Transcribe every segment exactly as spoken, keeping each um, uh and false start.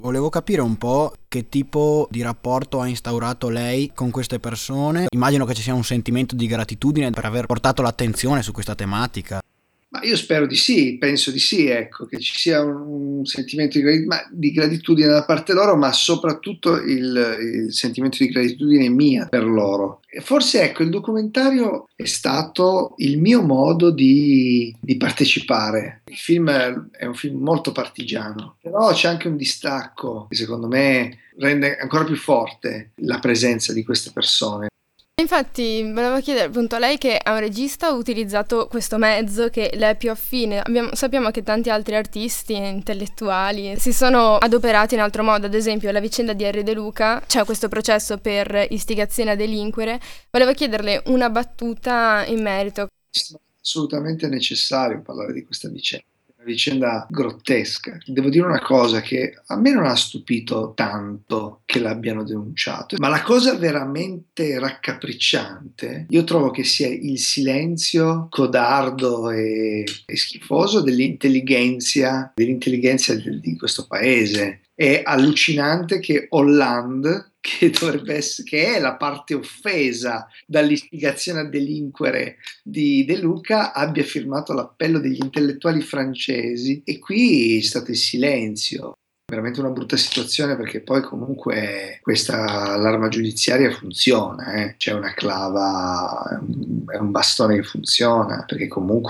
Volevo capire un po' che tipo di rapporto ha instaurato lei con queste persone. Immagino che ci sia un sentimento di gratitudine per aver portato l'attenzione su questa tematica. Ma io spero di sì, penso di sì, ecco, che ci sia un, un sentimento di, gra- ma- di gratitudine da parte loro, ma soprattutto il, il sentimento di gratitudine mia per loro. E forse ecco, il documentario è stato il mio modo di, di partecipare. Il film è un film molto partigiano, però c'è anche un distacco che secondo me rende ancora più forte la presenza di queste persone. Infatti, volevo chiedere appunto a lei che è un regista, ha utilizzato questo mezzo che le è più affine. Abbiamo- sappiamo che tanti altri artisti e intellettuali si sono adoperati in altro modo, ad esempio la vicenda di Henry De Luca, c'è questo processo per istigazione a delinquere. Volevo chiederle una battuta in merito. Assolutamente necessario parlare di questa vicenda, una vicenda grottesca. Devo dire una cosa che a me non ha stupito tanto che l'abbiano denunciato, ma la cosa veramente raccapricciante, io trovo che sia il silenzio codardo e, e schifoso dell'intelligenza, dell'intelligenza di, di questo paese. È allucinante che Hollande, che dovrebbe essere, che è la parte offesa dall'istigazione a delinquere di De Luca, abbia firmato l'appello degli intellettuali francesi e qui è stato il silenzio. Veramente una brutta situazione perché poi comunque questa l'arma giudiziaria funziona, eh. C'è una clava, è un bastone che funziona perché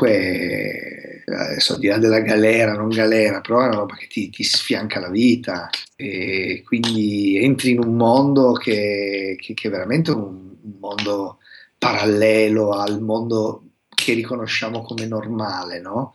comunque adesso al di là della galera, non galera, però è una roba che ti, ti sfianca la vita e quindi entri in un mondo che, che, che è veramente un, un mondo parallelo al mondo che riconosciamo come normale, no?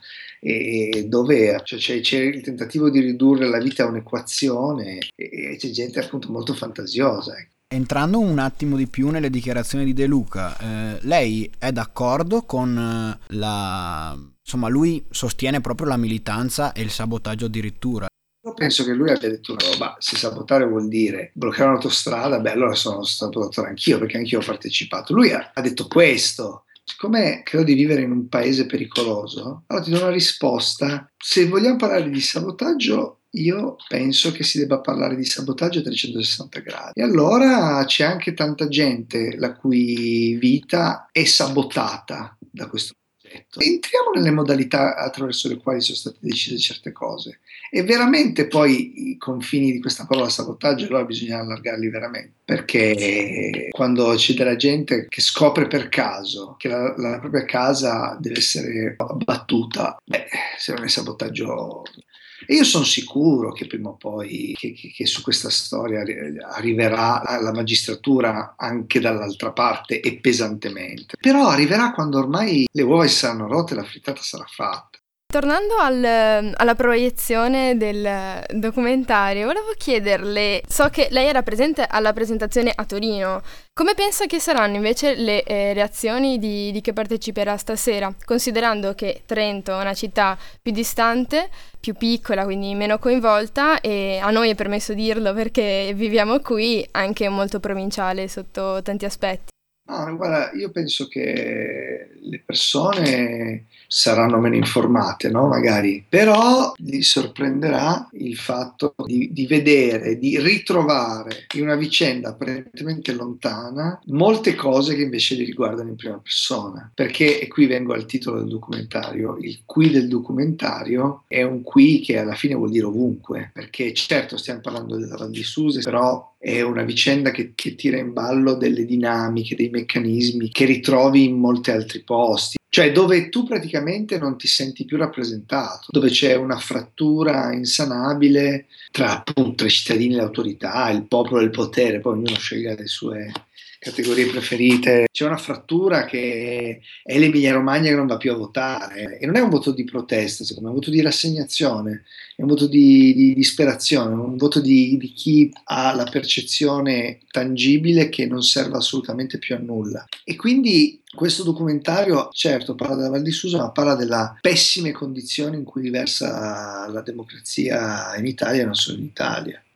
E dove cioè, c'è, c'è il tentativo di ridurre la vita a un'equazione e, e c'è gente appunto molto fantasiosa. Ecco. Entrando un attimo di più nelle dichiarazioni di De Luca, eh, lei è d'accordo con eh, la... insomma, lui sostiene proprio la militanza e il sabotaggio addirittura. Io penso che lui abbia detto una roba, se sabotare vuol dire bloccare un'autostrada, beh allora sono stato dottore anch'io perché anch'io ho partecipato. Lui ha, ha detto questo, siccome credo di vivere in un paese pericoloso, allora ti do una risposta. Se vogliamo parlare di sabotaggio, io penso che si debba parlare di sabotaggio a trecentosessanta gradi. E allora c'è anche tanta gente la cui vita è sabotata da questo progetto. Entriamo nelle modalità attraverso le quali sono state decise certe cose. E veramente poi i confini di questa parola sabotaggio allora bisogna allargarli veramente, perché quando c'è della gente che scopre per caso che la, la propria casa deve essere abbattuta, beh, se non è sabotaggio. E io sono sicuro che prima o poi che, che, che su questa storia arriverà la magistratura anche dall'altra parte e pesantemente. Però arriverà quando ormai le uova si saranno rotte e la frittata sarà fatta. Tornando al- alla proiezione del documentario, volevo chiederle, so che lei era presente alla presentazione a Torino, come pensa che saranno invece le eh, reazioni di, di chi parteciperà stasera, considerando che Trento è una città più distante, più piccola, quindi meno coinvolta, e a noi è permesso dirlo perché viviamo qui, anche molto provinciale sotto tanti aspetti. No, guarda, io penso che le persone saranno meno informate, no? Magari, però li sorprenderà il fatto di, di vedere, di ritrovare in una vicenda apparentemente lontana molte cose che invece li riguardano in prima persona. Perché, e qui vengo al titolo del documentario, il qui del documentario è un qui che alla fine vuol dire ovunque, perché certo stiamo parlando della Val di Susa, però è una vicenda che, che tira in ballo delle dinamiche, dei meccanismi che ritrovi in molti altri posti, cioè dove tu praticamente non ti senti più rappresentato, dove c'è una frattura insanabile tra appunto i cittadini e l'autorità, il popolo e il potere, poi ognuno scelga le sue categorie preferite. C'è una frattura che è l'Emilia Romagna che non va più a votare e non è un voto di protesta, secondo me, è un voto di rassegnazione, è un voto di, di disperazione, un voto di, di chi ha la percezione tangibile che non serve assolutamente più a nulla. E quindi questo documentario, certo, parla della Val di Susa, ma parla delle pessime condizioni in cui versa la democrazia in Italia e non solo in Italia.